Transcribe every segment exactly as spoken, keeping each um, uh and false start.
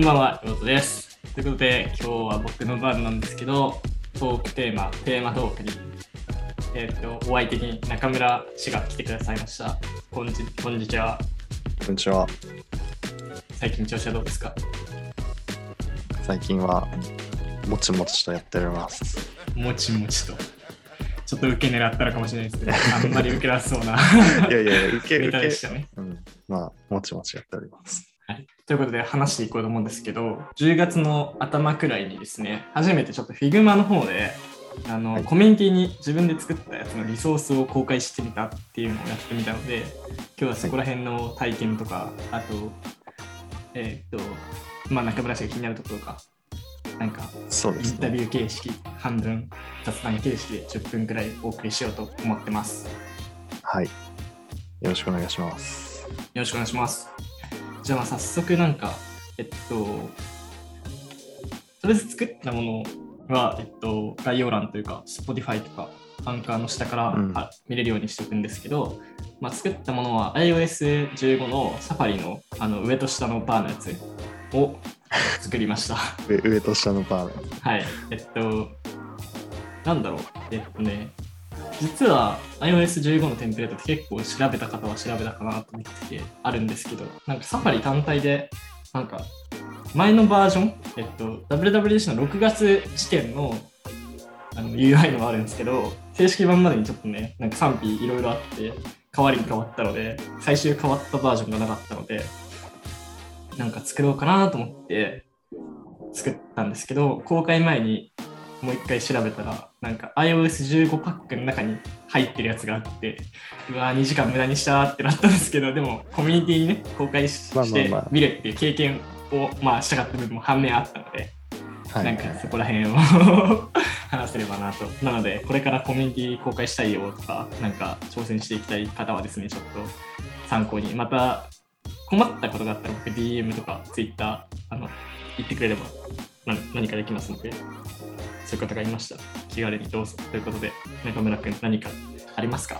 ばんは、ようとです。ということで、今日は僕の番なんですけど、トークテーマ、テーマトークに、えっと、お相手に中村氏が来てくださいました。こんにちこんにちは。 こんにちは。 最近調子はどうですか？ 最近は、もちもちとやっております。 もちもちと。ちょっと受け狙ったらかもしれないですけど、あんまり受けなそうな。 いやいや、受け、 ネタ受け、 でしたね。 うん。まあ、もちもちやっております。 はい、ということで話していこうと思うんですけど、じゅうがつの頭くらいにですね、初めてちょっと Figma の方であの、はい、コミュニティに自分で作ったやつのリソースを公開してみたっていうのをやってみたので、今日はそこら辺の体験とか、あと、えー、っと、まあ中村氏が気になるところか、なんか、 そうですね、 インタビュー形式、半分雑談形式でじゅっぷんくらいお送りしようと思ってます。 はい。よろしくお願いします。 よろしくお願いします。じゃあまあ早速なんか、えっと、とりあえず作ったものは、えっと、概要欄というか、Spotify とか、アンカーの下から、うん、見れるようにしておくんですけど、まあ、作ったものは アイオーエスじゅうご のサファリの、あの上と下のバーのやつを作りました。 上, 上と下のバーのやつ。 はい。えっと、なんだろう。えっとね、実は アイオーエスじゅうご のテンプレートって結構調べた方は調べたかなと思ってあるんですけど、なんかサファリ単体で、なんか前のバージョン、えっと、ダブリューダブリューディーシー のろくがつ時点の、あの ユーアイ のもあるんですけど、正式版までにちょっとね、なんか賛否いろいろあって、変わりに変わったので、最終変わったバージョンがなかったので、なんか作ろうかなと思って作ったんですけど、公開前にもう一回調べたら、なんか アイオーエスじゅうご パックの中に入ってるやつがあって、うわーにじかん無駄にしたってなったんですけど、でもコミュニティにね、公開 し,、まあまあまあ、して見るっていう経験を、まあ、したかった部分も反面あったので、はい、なんかそこら辺を話せればなと。なので、これからコミュニティ公開したいよとか、なんか挑戦していきたい方はですね、ちょっと参考に。また、困ったことがあったら僕 ディーエム とか Twitter、あの、言ってくれれば何かできますので、そういう方がいましたら気軽にどうぞということで、中村くん何かありますか？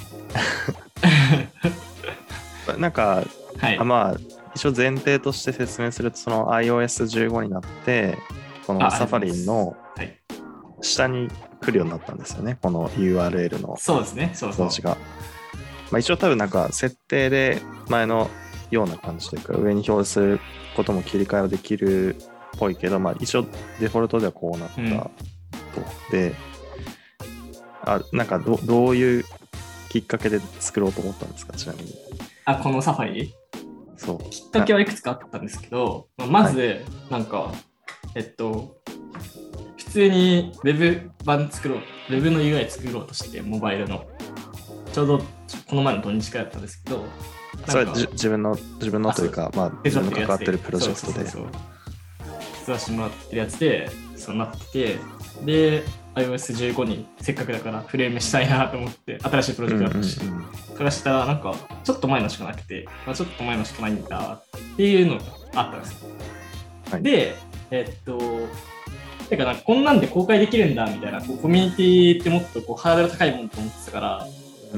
なんか、はい、あまあ一応前提として説明すると、その アイオーエスじゅうご になってこのサファリの下に来るようになったんですよね、この ユーアールエル のそうですね、そうそう表示が。まあ、一応多分なんか設定で前のような感じというか、上に表示することも切り替えはできるっぽいけど、まあ、一応デフォルトではこうなったと、うん、で、あ、なんか ど, どういうきっかけで作ろうと思ったんですか、ちなみに。 あ、このサファリ？ そう。 きっかけはいくつかあったんですけど、まあ、まず、なんか、はい、えっと、普通に Web 版作ろう、Web の ユーアイ 作ろうとして、モバイルの。ちょうどこの前の土日くらいだったんですけど、 それは自分の、自分のというか、まあ、自分の関わってるプロジェクトで。 手伝わせてもらってるやつで、そうなってて、で、アイオーエスじゅうご にせっかくだからフレームしたいなと思って、新しいプロジェクトだったし、うんうんうん、からしたらなんか、ちょっと前のしかなくて、まあ、ちょっと前のしかないんだっていうのがあったんですよ。はい、で、えっと、てかなんかこんなんで公開できるんだみたいな、こうコミュニティってもっとこうハードル高いもんと思ってたから、 うん、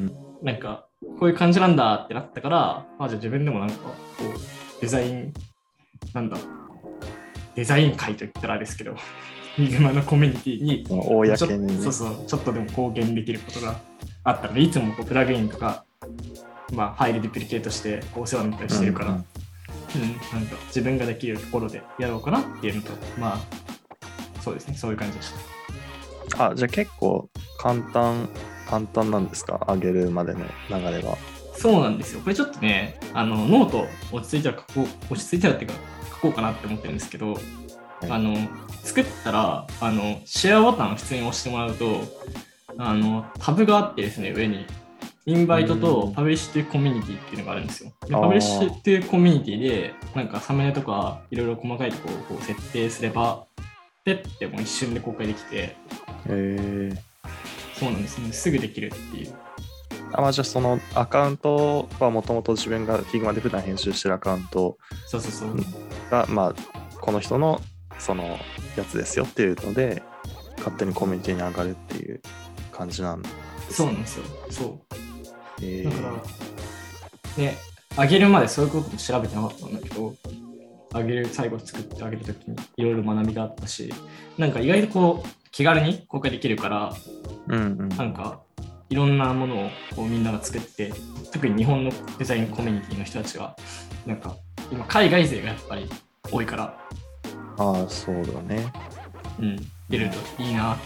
なんか、こういう感じなんだってなったから、まあ、じゃあ自分でもなんか、こう、デザイン、なんだ、デザイン会と言ったらあれですけど、Figma のコミュニティに、 公に、ね、 そうそう、ちょっとでも貢献できることがあったので、いつもこうプラグインとか、まあ、ファイルデュプリケートしてこうお世話になったりしてるから、うん、うん、なんか自分ができるところでやろうかなっていうのと、まあ、そうですね、そういう感じでした。 あ、じゃあ結構簡単、簡単なんですか、上げるまでの流れは。 そうなんですよ。これちょっとね、あのノート落ち着いたら書こう、落ち着いたらっていうか書こうかなって思ってるんですけど、はい、あの作ったらあのシェアボタンを普通に押してもらうと、あのタブがあってですね、上にインバイトとパブリッシュというコミュニティっていうのがあるんですよ。でパブリッシュというコミュニティでなんかサムネとかいろいろ細かいところをこう設定すればペッてもう一瞬で公開できて、 へー、 そうなんですね、すぐできるっていう。 あ、まあ、じゃあそのアカウントはもともと自分が Figma で普段編集してるアカウントそうそうそうが、まあ、この人のそのやつですよっていうので勝手にコミュニティに上がるっていう感じなんです、ね、 そうなんですよ。そう、 えー、 だからね、上げるまでそういうことも調べてなかったんだけど、 あげる、最後作ってあげるときにいろいろ学びがあったし、なんか意外とこう気軽に公開できるから、 うんうん。 なんかいろんなものをこうみんなが作って、特に日本のデザインコミュニティの人たちは、なんか今海外勢がやっぱり多いから、 ああ、そうだね。 うん、出るといいなって。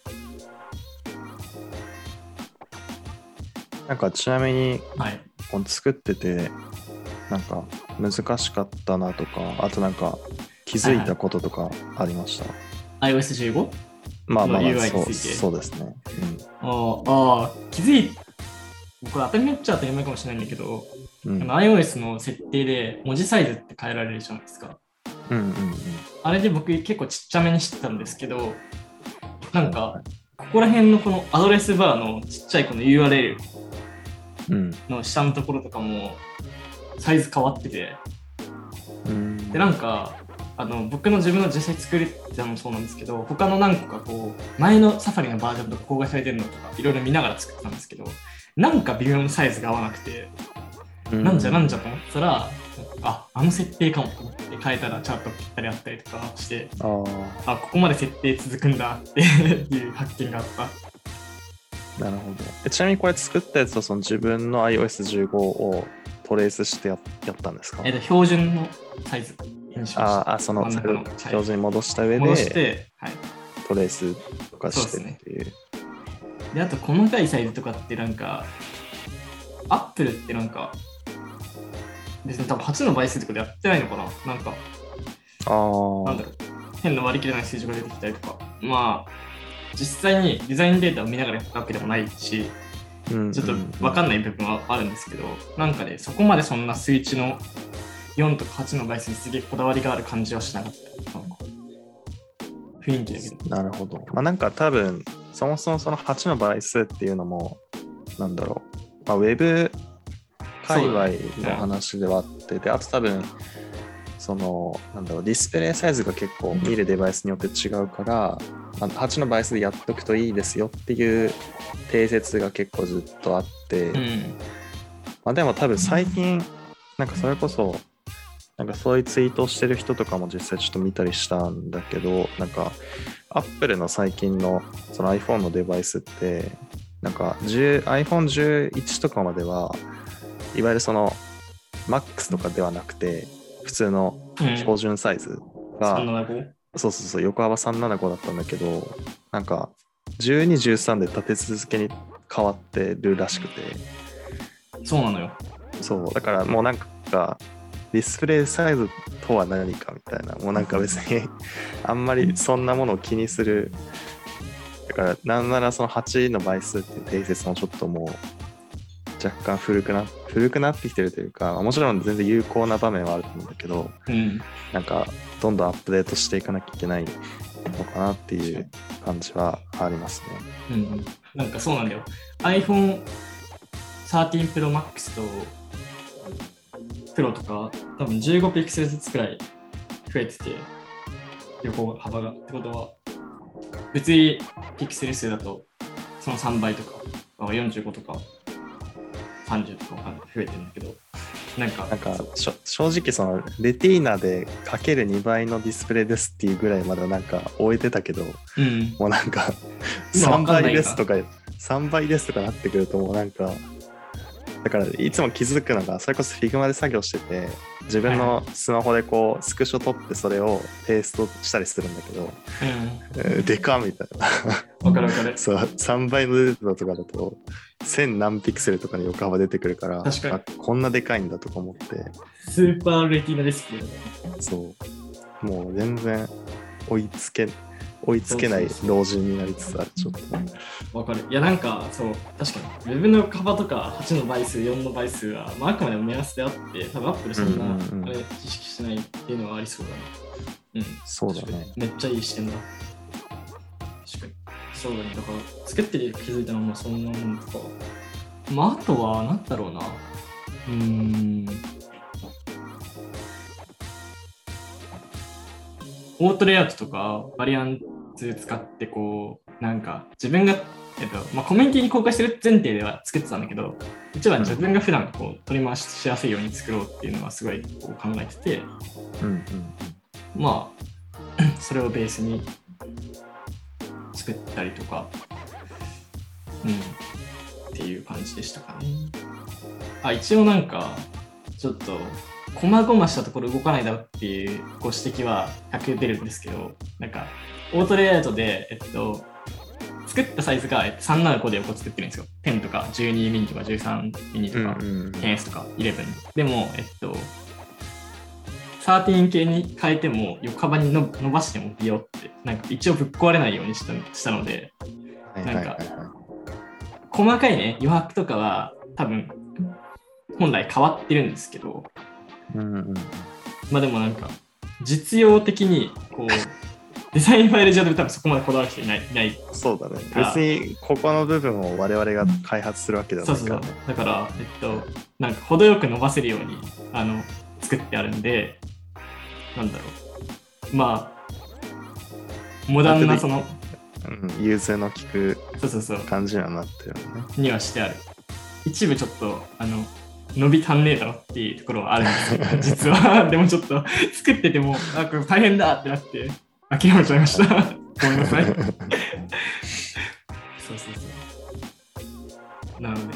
なんかちなみに、 はい。 この作ってて、なんか難しかったなとか、あとなんか気づいたこととかありました？ アイオーエスじゅうご? のまあまあまあ、 ユーアイそう、 について。 そうですね。 あーあー、気づいこれ当たり前っちゃ当たり前かもしれないんだけど、 うん。うんあの iOS の設定で文字サイズって変えられるじゃないですか。 うんうんうん。 あれで僕結構ちっちゃめにしてたんですけど、なんか、 はいはい、 ここら辺のこのアドレスバーのちっちゃいこの ユーアールエルうん。 の下のところとかもサイズ変わってて、 うん。 で、なんか、あの僕の自分の実際作りってのもそうなんですけど、他の何個かこう、前のサファリのバージョンとか公開されてるのとかいろいろ見ながら作ってたんですけど、なんか微妙にサイズが合わなくて、 うん、 なんじゃなんじゃと思ってたら、あ、あの設定かもと思って変えたらちゃんとぴったりあったりとかして、 ああ、 あ、ここまで設定続くんだっていう発見があった。 なるほど。え、ちなみにこれ作ったやつはその自分の アイオーエスじゅうご をトレースしてややったんですか？ えっと、標準のサイズにしました。 ああ、その真ん中の、はい、 標準に戻した上戻しでて、はい、 トレースとかしてそうっていう。 で、あと細かいサイズとかってなんか、アップルってなんか、別に多分はちの倍数ってことやってないのかな、なんか、 ああ、 なんだろう、変な割り切れない数字が出てきたりとか、まあ、実際にデザインデータを見ながらやったわけでもないし、 うんうんうん、 ちょっと分かんない部分はあるんですけど、なんかね、そこまでそんな数値のよんとかはちの倍数にすげえこだわりがある感じはしなかった。なんか雰囲気だけど。 なるほど。まあなんか多分、そもそもそのはちの倍数っていうのも、なんだろう、まあ、ウェブ界隈の話ではあって、で、あと多分、その、なんだろう、ディスプレイサイズが結構見るデバイスによって違うから、まあ、はちの倍数でやっとくといいですよっていう定説が結構ずっとあって、 うん、 まあでも多分最近、なんかそれこそ、なんかそういうツイートをしてる人とかも実際ちょっと見たりしたんだけど、なんか Apple の最近のその iPhone のデバイスって、なんか アイフォンじゅういちとかまではいわゆるその Max とかではなくて普通の標準サイズが、 うん、さんななご? そうそうそう、横幅さんななごだったんだけど、なんかじゅうに、じゅうさんで立て続けに変わってるらしくて。 そうなのよ。 そう、だからもうなんかディスプレイサイズとは何かみたいな、もうなんか別にあんまりそんなものを気にする、だからなんならそのはちの倍数っていう定説もちょっともう若干古くな古くなってきてるというか、もちろん全然有効な場面はあると思うんだけど、 うん、 なんかどんどんアップデートしていかなきゃいけないのかなっていう感じはありますね。 うん、なんかそうなんだよ。iPhone じゅうさん Pro Max と Pro とか多分じゅうごピクセルずつくらい増えてて、横幅が。ってことは、別にピクセル数だとそのさんばいとか、よんじゅうごとかさんじゅうとか増えてるんだけど、なんか、 なんかしょ正直そのレティーナでかけるにばいのディスプレイですっていうぐらいまでなんか終えてたけど、 うん、 もうなんか今さんばわかんないいですとかさんばいですとかなってくるともうなんか、だからいつも気づくのがそれこそ Figma で作業してて自分のスマホでこうスクショ撮ってそれをペーストしたりするんだけど、 うん、 えーでかみたいなわかるわかる。 そうさんばいのデータとかだとせん何ピクセルとかに横幅出てくるから、 確かにあこんなでかいんだとか思って、 スーパーレティーナディスプレイだね。 そうもう全然追いつけ追いつけない老人になりつつある。ちょっとわかる。いやなんかそう、確かに Web の幅とかはちの倍数、よんの倍数は、まあ、あくまでも目安であって、多分 Apple そんな、 うんうんうん、 あれ知識してないっていうのはありそうだね。うん。 そうだね。 めっちゃいい視点だ。確かに。そうだね。だから作ってて気づいたのもそんなもんとか。まああとはなんだろうな。うーん。オートレイアウトとかバリアンツ使ってこうなんか自分がえっとまあ、コミュニティに公開してる前提では作ってたんだけど、一番自分が普段こう取り回しやすいように作ろうっていうのはすごいこう考えてて、 うんうん、 まあそれをベースに作ったりとか、うん、っていう感じでしたかね。あ、一応なんかちょっと細々したところ動かないだろうっていうご指摘はひゃく出るんですけど、なんかオートレイアウトで、えっと、作ったサイズがさんななごで横作ってるんですよ。じゅうとかじゅうにミニとかじゅうさんミニとか テンエス とかじゅういち。でも、えっと、じゅうさん系に変えても横幅にの伸ばしてもビヨって、なんか一応ぶっ壊れないようにしたしたので、なんか細かいね、余白とかは多分本来変わってるんですけど、 うんうん、 まあでもなんか実用的にこうデザインファイル上で多分そこまでこだわる人いない。いないそうだね。別にここの部分を我々が開発するわけではないからね。 そうそうそう。だから、えっと、なんか程よく伸ばせるようにあの作ってあるんで、なんだろう。まあ、モダンなその、 うん、融通の利くそうそうそう感じにはなってるよね。 にはしてある。一部ちょっと、あの、伸び足んねえだろっていうところはあるんですけど、実は。でもちょっと作ってても、あ、これ大変だってなって、諦めちゃいました。ごめんなさい。そうそうそう。なので、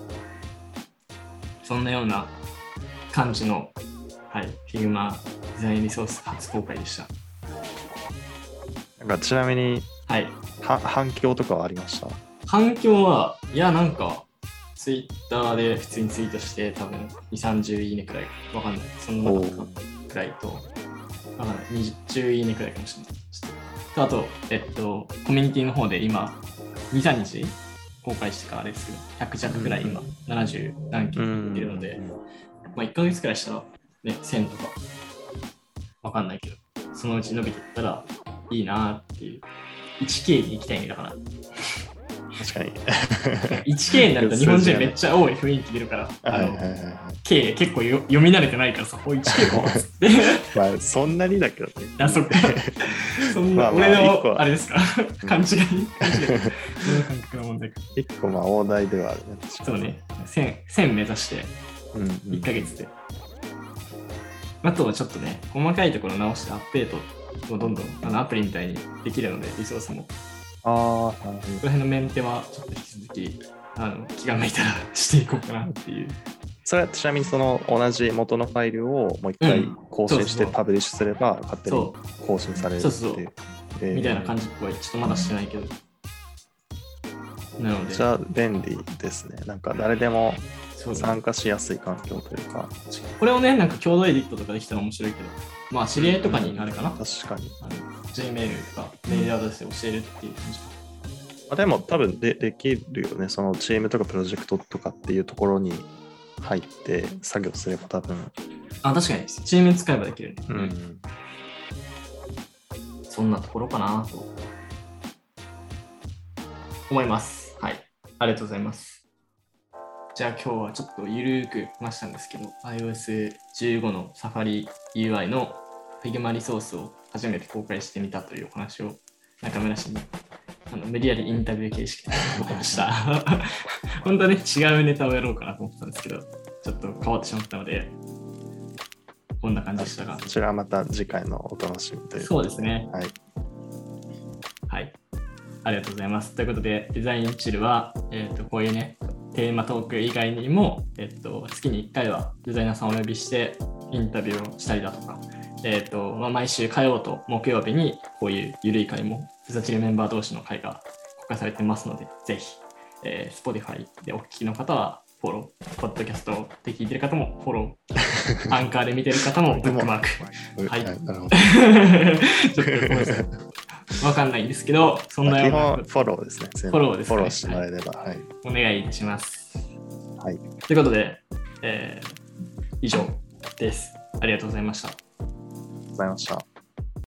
そんなような感じの、はい、Figma デザインリソース初公開でした。 なんかちなみに、 はい、 は反響とかはありました？ 反響は、いや、なんか、ツイッターで普通にツイートして、多分にじゅう、さんじゅういいねくらい、わかんない。そんなくらいと、わかんない。にじゅう、じゅういいねくらいかもしれない。あと、えっと、コミュニティの方で今、にじゅうさんにち公開してからですけど、ひゃく弱くらい今、ななじゅう何件いってるので、まあいっかげつくらいしたら、ね、せんとか、わかんないけど、そのうち伸びていったらいいなっていう。いちケー に行きたいんだから。 確かに。 いちケー になると日本人めっちゃ多い雰囲気出るから、あの、K 結構よ読み慣れてないからさ、おい いちケー もっつって。 まあそんなにだけどね。 あ、そっか。そんな、俺のあれですか勘違い。勘違い。俺の感覚の問題か。 一個まあ大台ではあるね。 そうね。せん、せん目指していっかげつで。あとはちょっとね、細かいところ直してアップデートをどんどんあのアプリみたいにできるので、リソースも。 ああ、なるほど。 この辺のメンテはちょっと引き続きあの気が向いたらしていこうかなっていう。 それはちなみにその同じ元のファイルをもう一回更新してパブリッシュすれば勝手に更新されるっていう。そうそうそう、 えー、みたいな感じっぽい。ちょっとまだしてないけど。なので。 じゃあ便利ですね。なんか誰でも参加しやすい環境というか。 これをね、なんか共同エディットとかできたら面白いけど、まあ知り合いとかになるかな。 うん、確かに。 Gmail とかメールアドレスで教えるっていう感じか。 あでも多分 で, できるよね。そのチームとかプロジェクトとかっていうところに入って作業すれば多分。 あ、確かに。チーム使えばできるね。 うん。 そんなところかなと思います。はい。ありがとうございます。じゃあ今日はちょっとゆるーく話したんですけど、アイオーエスじゅうご の Safari ユーアイ の Figma リソースを初めて公開してみたというお話を中村氏にあの無理やりインタビュー形式で思いました。本当はね、違うネタをやろうかなと思ってたんですけど、ちょっと変わってしまったので、こんな感じでしたが。 こちらはまた次回のお楽しみという。 そうですね。 はい。 はい。ありがとうございます。ということで、デザインチルは、えーと、こういうね、テーマトーク以外にも、えーと、月にいっかいはデザイナーさんをお呼びしてインタビューをしたりだとか、えーとまあ、毎週火曜と木曜日にこういうゆるい会もデザチルメンバー同士の会が公開されてますので、ぜひ、えー、Spotify でお聞きの方はフォロー、ポッドキャストで聞いてる方もフォロー、アンカーで見てる方もブックマーク。はい。なるほど。ちょっとごめんなさい。わかんないんですけど、そんなような。 基本フォローですね。 フォローですね。 フォローしてもらえれば、はいはい、 お願いいたします。 はい。 ということで、えー、以上です。ありがとうございました。 ありがとうございました。